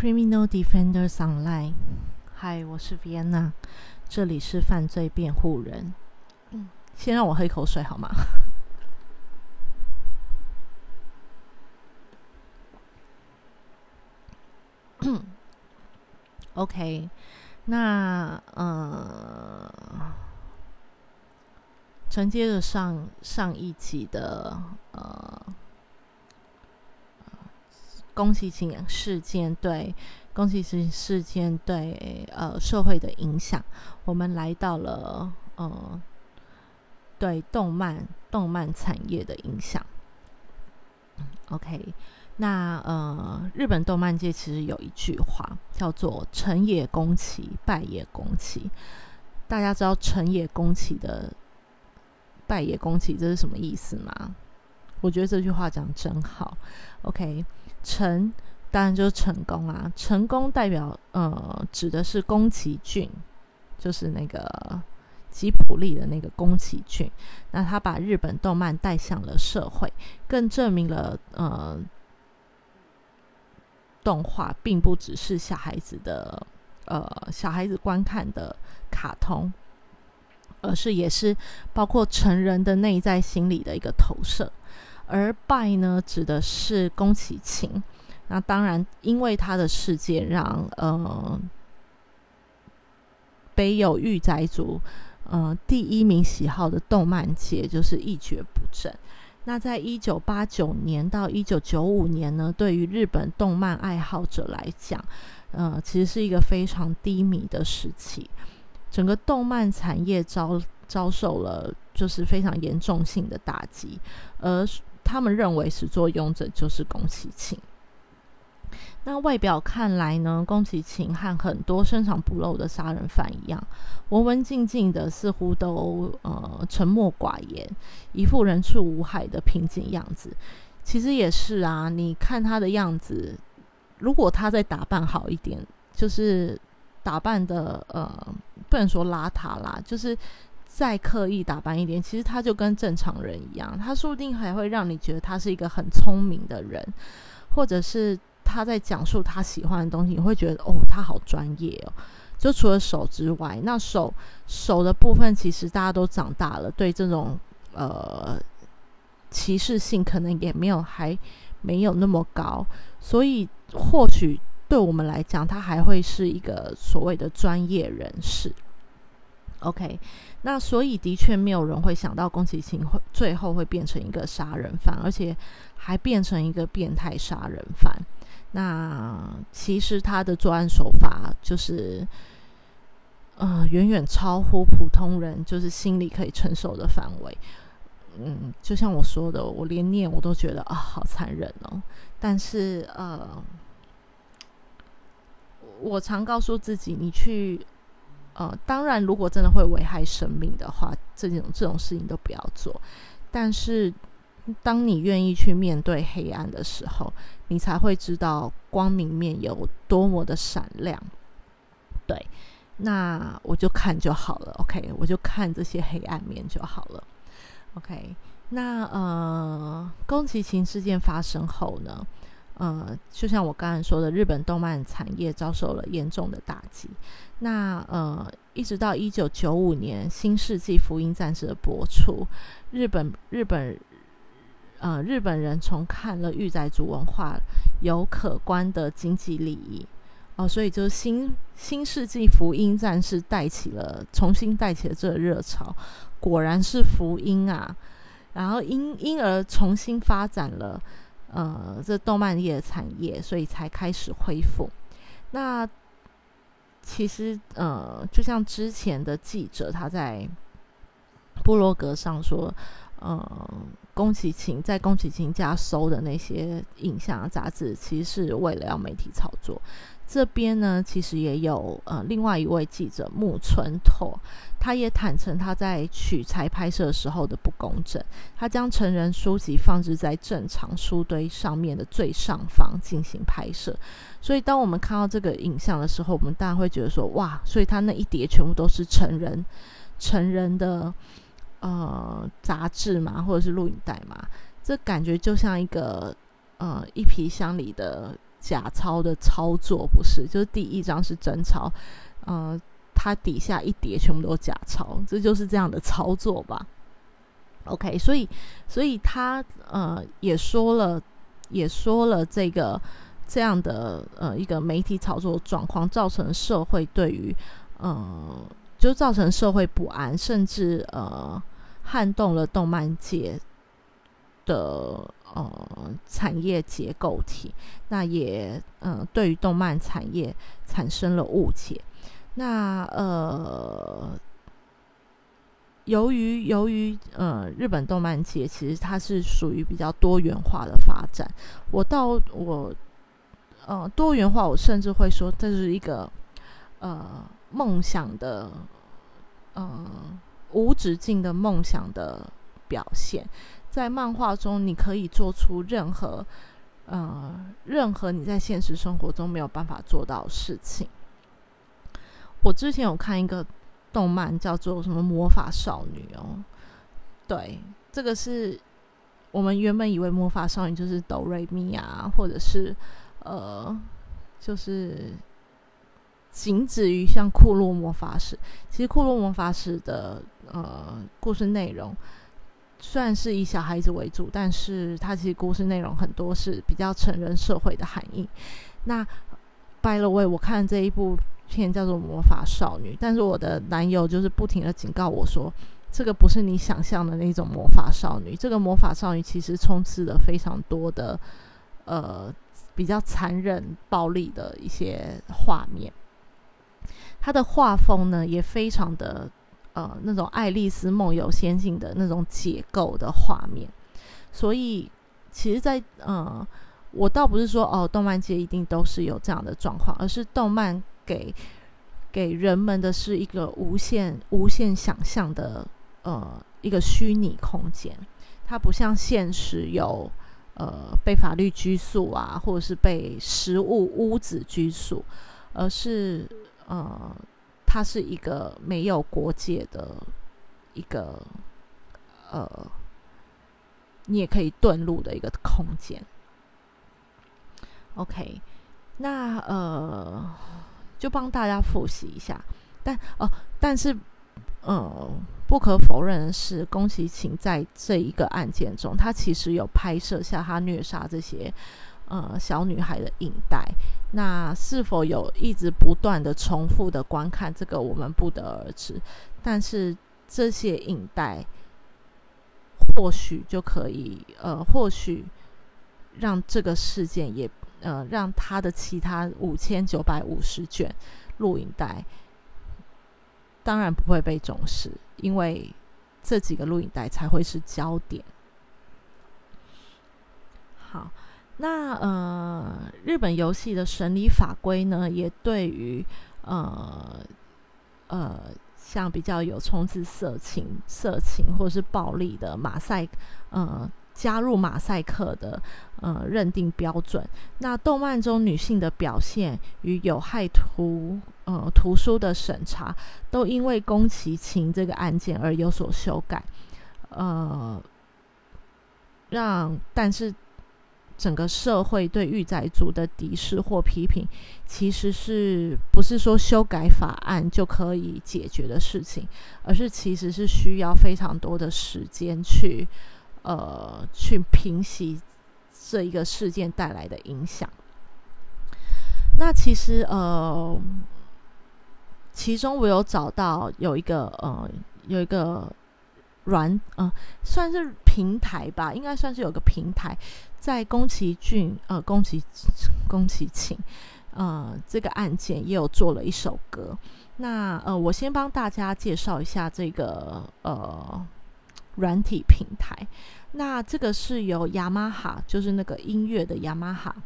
Criminal Defenders Online。嗨，我是 Vienna， 这里是犯罪辩护人。先让我喝一口水好吗？OK， 那承接着上一集的宫崎勤事件对社会的影响，我们来到了对动漫产业的影响。OK， 那日本动漫界其实有一句话叫做成也宫崎，败也宫崎。大家知道成也宫崎的败也宫崎这是什么意思吗？我觉得这句话讲真好。OK， 成当然就是成功啊，成功代表指的是宫崎骏，就是那个吉卜力的那个宫崎骏。那他把日本动漫带向了社会，更证明了动画并不只是小孩子观看的卡通，而是也是包括成人的内在心理的一个投射。而败呢，指的是宫崎勤。那当然，因为他的事件让北有御宅族第一名喜好的动漫界就是一蹶不振。那在1989年到1995年呢，对于日本动漫爱好者来讲，其实是一个非常低迷的时期。整个动漫产业遭受了就是非常严重性的打击，而他们认为始作俑者就是宫崎勤。那外表看来呢，宫崎勤和很多深藏不露的杀人犯一样，文文静静的，似乎都沉默寡言，一副人畜无害的平静样子。其实也是啊，你看他的样子，如果他再打扮好一点，就是打扮的不能说邋遢啦，就是再刻意打扮一点，其实他就跟正常人一样，他说不定还会让你觉得他是一个很聪明的人，或者是他在讲述他喜欢的东西，你会觉得他好专业哦。就除了手之外，那手的部分其实大家都长大了，对这种歧视性可能也还没有那么高，所以或许对我们来讲，他还会是一个所谓的专业人士。OK， 那所以的确没有人会想到宫崎勤最后会变成一个杀人犯，而且还变成一个变态杀人犯。那其实他的作案手法就是远远超乎普通人就是心理可以承受的范围。就像我说的，我连念我都觉得好残忍哦。但是我常告诉自己，你去当然如果真的会危害生命的话，这种事情都不要做。但是当你愿意去面对黑暗的时候，你才会知道光明面有多么的闪亮。对，那我就看就好了。 OK， 我就看这些黑暗面就好了。 OK， 那宫崎勤事件发生后呢，就像我刚才说的，日本动漫产业遭受了严重的打击。那一直到1995年《新世纪福音战士》的播出，日本人从看了御宅族文化有可观的经济利益所以就是新世纪福音战士重新带起了这个热潮，果然是福音啊！然后因而重新发展了这动漫业的产业，所以才开始恢复。那其实就像之前的记者他在部落格上说，宫崎勤家收的那些影像啊杂志，其实是为了要媒体炒作。这边呢，其实也有另外一位记者木村拓，他也坦诚他在取材拍摄的时候的不公正。他将成人书籍放置在正常书堆上面的最上方进行拍摄，所以当我们看到这个影像的时候，我们当然会觉得说，哇，所以他那一叠全部都是成人的杂志嘛，或者是录影带嘛，这感觉就像一个一皮箱里的假钞的操作，不是，就是第一张是真钞，它底下一叠全部都假钞，这就是这样的操作吧。OK， 所以他也说了这样的一个媒体炒作状况，造成社会对于就造成社会不安，甚至撼动了动漫界的产业结构体，那也对于动漫产业产生了误解。那由于日本动漫界其实它是属于比较多元化的发展，多元化，我甚至会说这是一个梦想的无止境的梦想的表现。在漫画中，你可以做出任何你在现实生活中没有办法做到的事情。我之前有看一个动漫叫做什么魔法少女对，这个是我们原本以为魔法少女就是哆瑞咪啊，或者是就是仅止于像库洛魔法使。其实库洛魔法使的故事内容虽然是以小孩子为主，但是它其实故事内容很多是比较成人社会的含义。那 by the way， 我看这一部片叫做魔法少女，但是我的男友就是不停的警告我说，这个不是你想象的那种魔法少女，这个魔法少女其实充斥了非常多的比较残忍暴力的一些画面。它的画风呢也非常的那种爱丽丝梦游仙境的那种解构的画面。所以其实在我倒不是说动漫界一定都是有这样的状况，而是动漫给人们的是一个无限想象的一个虚拟空间。它不像现实有被法律拘束啊，或者是被食物屋子拘束，而是它是一个没有国界的一个你也可以遁入的一个空间。OK， 那就帮大家复习一下。但是不可否认的是，宫崎勤在这一个案件中，他其实有拍摄下他虐杀这些小女孩的影带。那是否有一直不断的重复的观看，这个我们不得而知。但是这些影带或许就可以或许让这个事件也让他的其他5950卷录影带当然不会被重视，因为这几个录影带才会是焦点。好，那日本游戏的审理法规呢，也对于像比较有充斥色情或是暴力的加入马赛克的认定标准。那动漫中女性的表现与有害图书的审查，都因为宫崎勤这个案件而有所修改。但是整个社会对御宅族的敌视或批评，其实是不是说修改法案就可以解决的事情，而是其实是需要非常多的时间去平息这一个事件带来的影响。那其实其中我有找到有一个算是平台吧，应该算是有个平台，在宫崎勤这个案件也有做了一首歌。那我先帮大家介绍一下这个软体平台。那这个是由雅马哈，就是那个音乐的雅马哈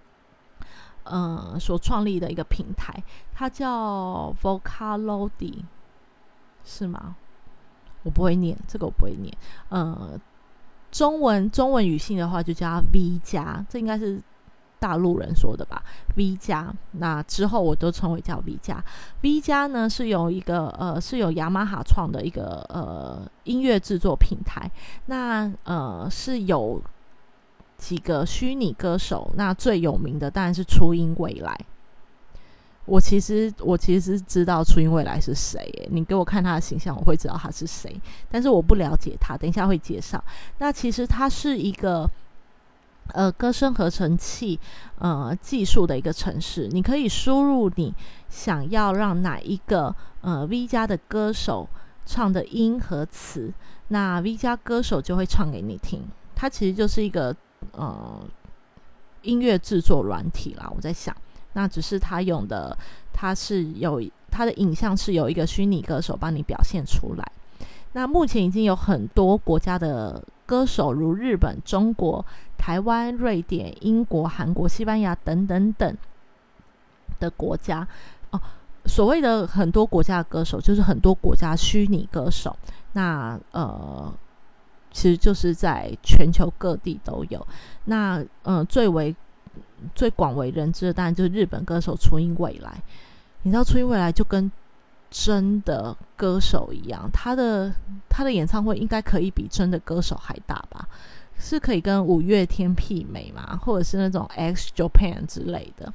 所创立的一个平台，它叫 Vocaloid 是吗？我不会念这个，我不会念。中文语系的话就叫 V 加，这应该是大陆人说的吧 ，V 加。那之后我都称为叫 V 加。V 加呢是有一个是有雅马哈创的一个音乐制作平台。那是有几个虚拟歌手，那最有名的当然是初音未来。我其实知道初音未来是谁耶，你给我看他的形象我会知道他是谁，但是我不了解他，等一下会介绍。那其实他是一个歌声合成器技术的一个程式，你可以输入你想要让哪一个V 家的歌手唱的音和词，那 V 家歌手就会唱给你听。它其实就是一个音乐制作软体啦，我在想，那只是它用的，它的影像是有一个虚拟歌手帮你表现出来。那目前已经有很多国家的歌手，如日本、中国、台湾、瑞典、英国、韩国、西班牙等等等的国家所谓的很多国家的歌手，就是很多国家虚拟歌手。那其实就是在全球各地都有。那最广为人知的当然就是日本歌手初音未来。你知道初音未来就跟真的歌手一样，他的演唱会应该可以比真的歌手还大吧？是可以跟五月天媲美吗？或者是那种 X Japan 之类的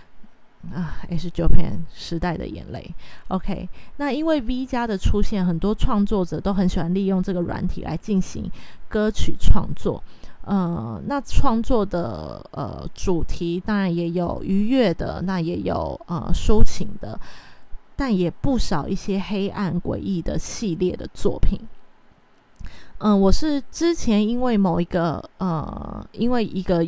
X Japan 时代的眼泪。 OK， 那因为 V 家的出现，很多创作者都很喜欢利用这个软体来进行歌曲创作。那创作的主题当然也有愉悦的，那也有抒情的，但也不少一些黑暗诡异的系列的作品。我是之前因为因为一个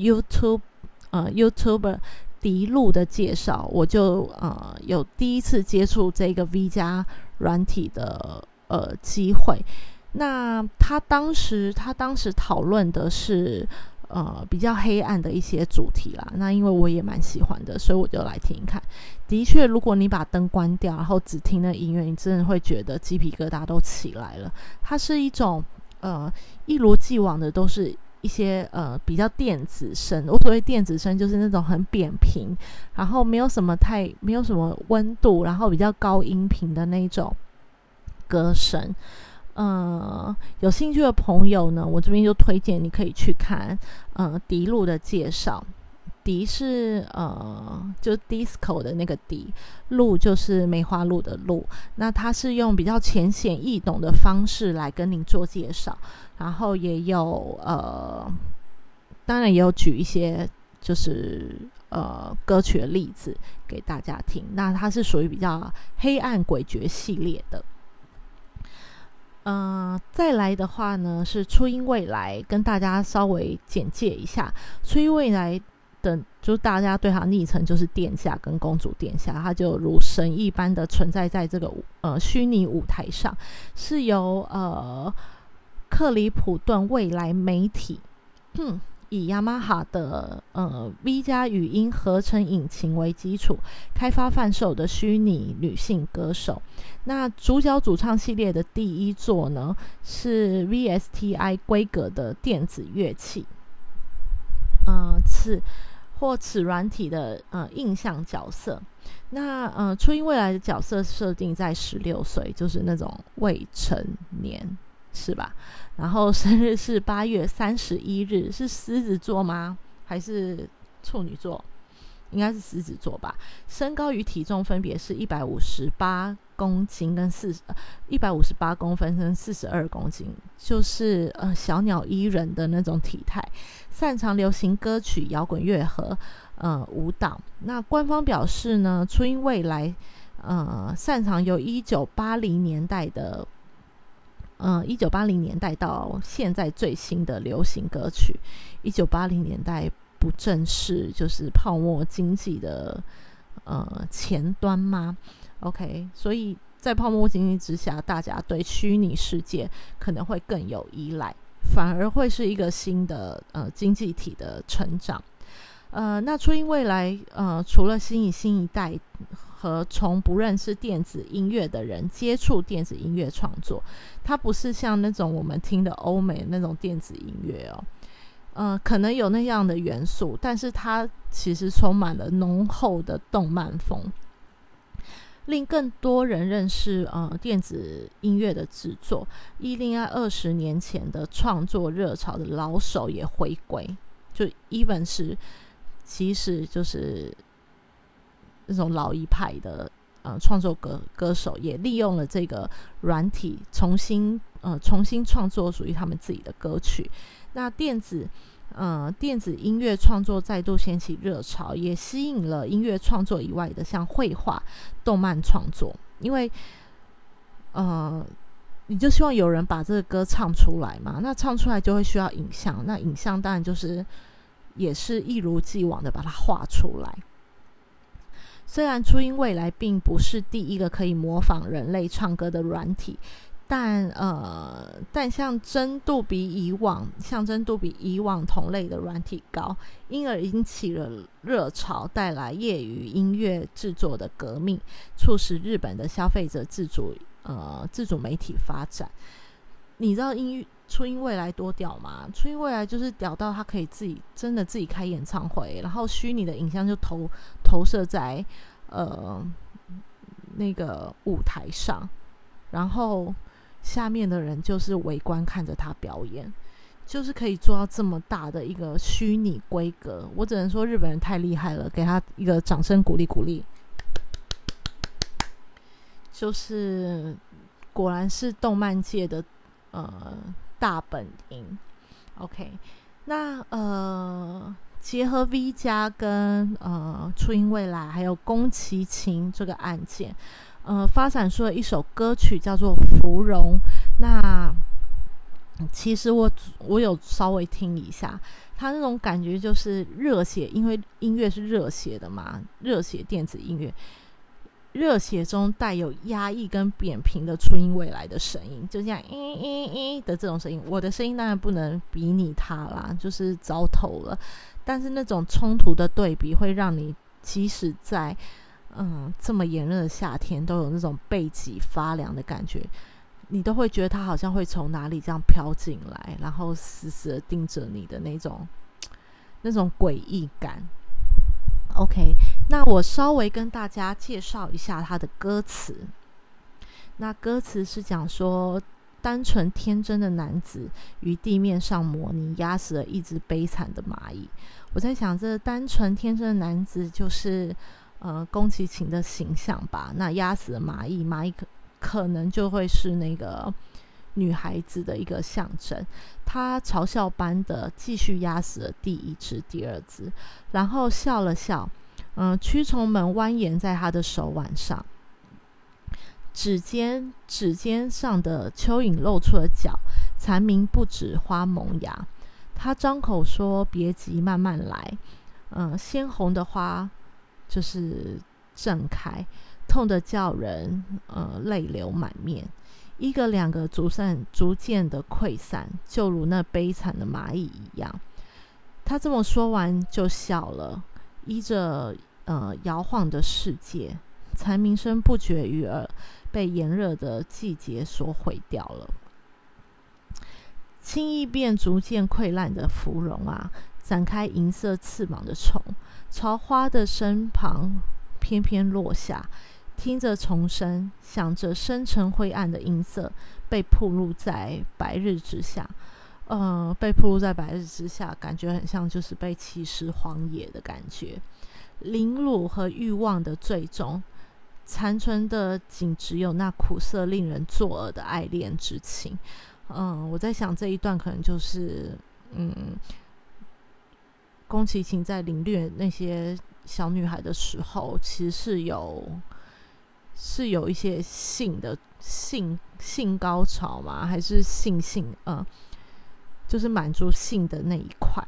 YouTuber 迪路的介绍，我就有第一次接触这个 V 加软体的机会。那他当时讨论的是比较黑暗的一些主题啦，那因为我也蛮喜欢的，所以我就来听看。的确，如果你把灯关掉，然后只听那音乐，你真的会觉得鸡皮疙瘩都起来了。它是一种一如既往的都是一些比较电子声。我所谓电子声就是那种很扁平，然后没有什么温度，然后比较高音频的那种歌声。有兴趣的朋友呢，我这边就推荐你可以去看迪路的介绍。迪是就 disco 的那个迪，路就是梅花鹿的鹿。那他是用比较浅显易懂的方式来跟您做介绍，然后也有当然也有举一些就是歌曲的例子给大家听。那它是属于比较黑暗诡谲系列的。再来的话呢是初音未来，跟大家稍微简介一下。初音未来的就是大家对他昵称就是殿下跟公主殿下，他就如神一般的存在在这个虚拟舞台上，是由克里普顿未来媒体以雅马哈的V 加语音合成引擎为基础开发贩售的虚拟女性歌手。那主角主唱系列的第一作呢是 VSTI 规格的电子乐器，此软体的印象角色。那初音未来的角色设定在16岁，就是那种未成年是吧？然后生日是8月31日，是狮子座吗？还是处女座？应该是狮子座吧。身高与体重分别是158公斤跟158公分跟42公斤，就是小鸟依人的那种体态。擅长流行歌曲、摇滚乐和舞蹈。那官方表示呢，初音未来擅长由1980年代的1980年代到现在最新的流行歌曲。1980年代不正是就是泡沫经济的前端吗？ OK， 所以在泡沫经济之下，大家对虚拟世界可能会更有依赖，反而会是一个新的经济体的成长。那初音未来除了吸引新一代和从不认识电子音乐的人接触电子音乐创作，它不是像那种我们听的欧美那种电子音乐可能有那样的元素，但是它其实充满了浓厚的动漫风，令更多人认识电子音乐的制作。2020年前的创作热潮的老手也回归， 就 even 是即使就是那种老一派的创作歌手，也利用了这个软体重新创作属于他们自己的歌曲。那电子音乐创作再度掀起热潮，也吸引了音乐创作以外的像绘画、动漫创作。因为你就希望有人把这个歌唱出来嘛，那唱出来就会需要影像，那影像当然就是也是一如既往的把它画出来。虽然初音未来并不是第一个可以模仿人类唱歌的软体，但象征度比以往同类的软体高，因而引起了热潮，带来业余音乐制作的革命，促使日本的消费者自主媒体发展。你知道初音未来多屌吗？初音未来就是屌到他可以真的自己开演唱会，然后虚拟的影像就投射在那个舞台上，然后下面的人就是围观看着他表演，就是可以做到这么大的一个虚拟规格。我只能说日本人太厉害了，给他一个掌声鼓励鼓励。就是果然是动漫界的大本营。 OK， 那结合 V 家跟初音未来还有宫崎勤这个案件，发展出了一首歌曲叫做《芙蓉》。那其实我有稍微听一下，它那种感觉就是热血，因为音乐是热血的嘛，热血电子音乐，热血中带有压抑跟扁平的初音未来的声音，就这样的这种声音。我的声音当然不能比拟它啦，就是糟透了。但是那种冲突的对比会让你即使在这么炎热的夏天都有那种背脊发凉的感觉，你都会觉得它好像会从哪里这样飘进来，然后死死的盯着你的那种诡异感。OK， 那我稍微跟大家介绍一下它的歌词。那歌词是讲说，单纯天真的男子于地面上模拟压死了一只悲惨的蚂蚁。我在想，这单纯天真的男子就是宫崎勤的形象吧。那压死了蚂蚁可能就会是那个女孩子的一个象征。他嘲笑般的继续压死了第一只、第二只，然后笑了笑。蛆虫们蜿蜒在他的手腕上，指尖上的蚯蚓露出了脚，蝉鸣不止，花萌芽。他张口说：“别急，慢慢来。”鲜红的花就是正开，痛得叫人泪流满面。一个两个逐渐的溃散，就如那悲惨的蚂蚁一样。他这么说完就笑了，依着摇晃的世界，蝉鸣声不绝于耳，被炎热的季节所毁掉了。轻易便逐渐溃烂的芙蓉啊，展开银色翅膀的虫，朝花的身旁翩翩落下。听着虫声，想着深沉灰暗的音色，被暴露在白日之下。感觉很像就是被弃尸荒野的感觉。凌辱和欲望的最终，残存的仅只有那苦涩令人作呕的爱恋之情。我在想这一段可能就是宫崎勤在凌虐那些小女孩的时候，其实是有一些性高潮吗？还是就是满足性的那一块。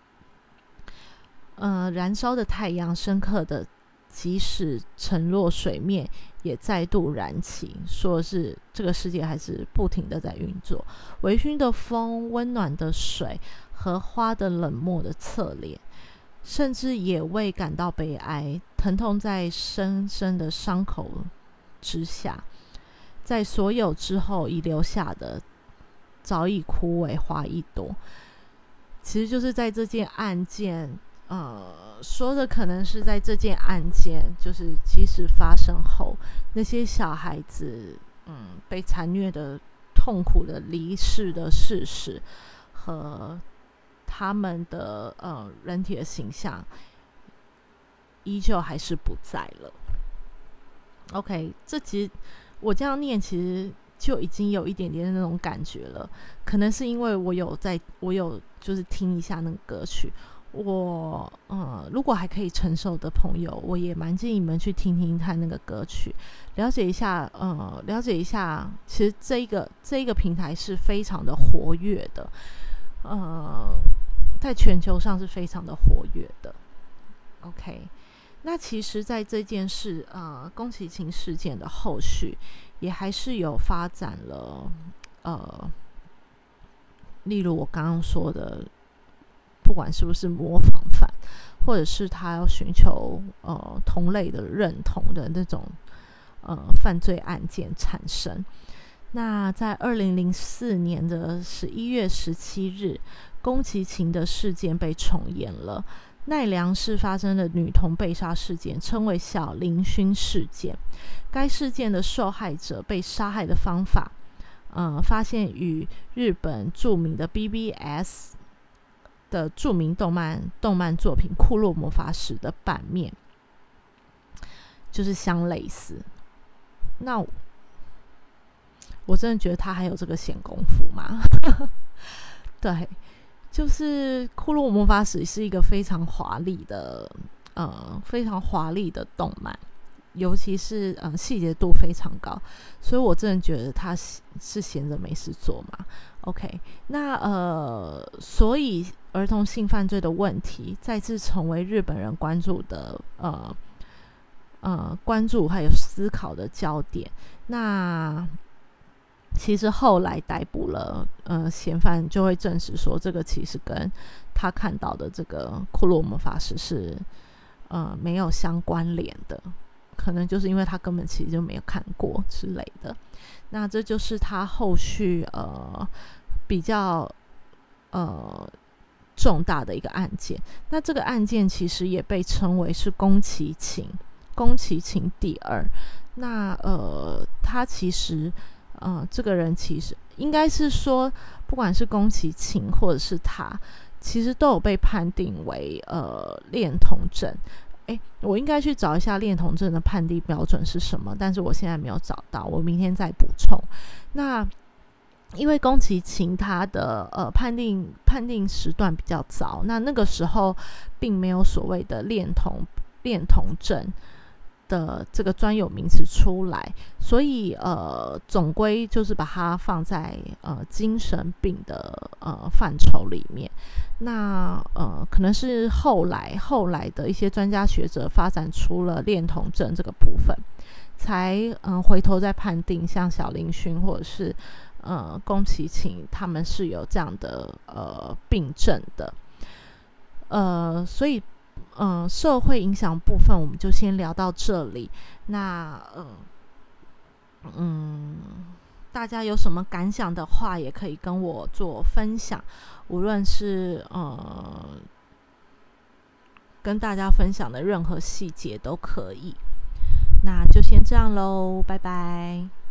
燃烧的太阳深刻的即使沉落水面也再度燃起，说是这个世界还是不停的在运作。微醺的风，温暖的水和花的冷漠的侧脸，甚至也未感到悲哀，疼痛在深深的伤口之下，在所有之后遗留下的早已枯萎花一朵。其实就是在这件案件说的可能是在这件案件就是即使发生后，那些小孩子被残虐的痛苦的离世的事实，和他们的人体的形象依旧还是不在了。OK， 这其实我这样念，其实就已经有一点点那种感觉了。可能是因为我有就是听一下那个歌曲。如果还可以承受的朋友，我也蛮建议你们去听听看那个歌曲，了解一下。其实这一个平台是非常的活跃的，在全球上是非常的活跃的。OK， 那其实，在这件事宫崎勤事件的后续，也还是有发展了例如我刚刚说的。不管是不是模仿犯，或者是他要寻求同类的认同的那种犯罪案件产生。那在2004年的11月17日，宫崎勤的事件被重演了。奈良市发生的女童被杀事件称为小林薰事件。该事件的受害者被杀害的方法，发现与日本著名的 BBS的著名动漫作品《库洛魔法使》的版面就是相类似。那我真的觉得他还有这个闲工夫吗？对，就是《库洛魔法使》是一个非常华丽的动漫，尤其是细节度非常高，所以我真的觉得他是闲着没事做嘛。OK， 那所以儿童性犯罪的问题再次成为日本人关注还有思考的焦点。那其实后来逮捕了嫌犯，就会证实说，这个其实跟他看到的这个库洛魔法使是没有相关联的，可能就是因为他根本其实就没有看过之类的。那这就是他后续比较重大的一个案件。那这个案件其实也被称为是宫崎勤第二。那他其实这个人其实应该是说，不管是宫崎勤或者是他，其实都有被判定为恋童症。我应该去找一下恋童症的判定标准是什么，但是我现在没有找到，我明天再补充。那因为宫崎勤他的判定时段比较早，那个时候并没有所谓的恋童症的这个专有名词出来，所以总归就是把它放在精神病的范畴里面。那可能是后来的一些专家学者发展出了恋童症这个部分，才回头再判定像小林薰或者是宫崎勤他们是有这样的病症的。所以社会影响部分我们就先聊到这里。那大家有什么感想的话，也可以跟我做分享，无论是跟大家分享的任何细节都可以。那就先这样咯，拜拜。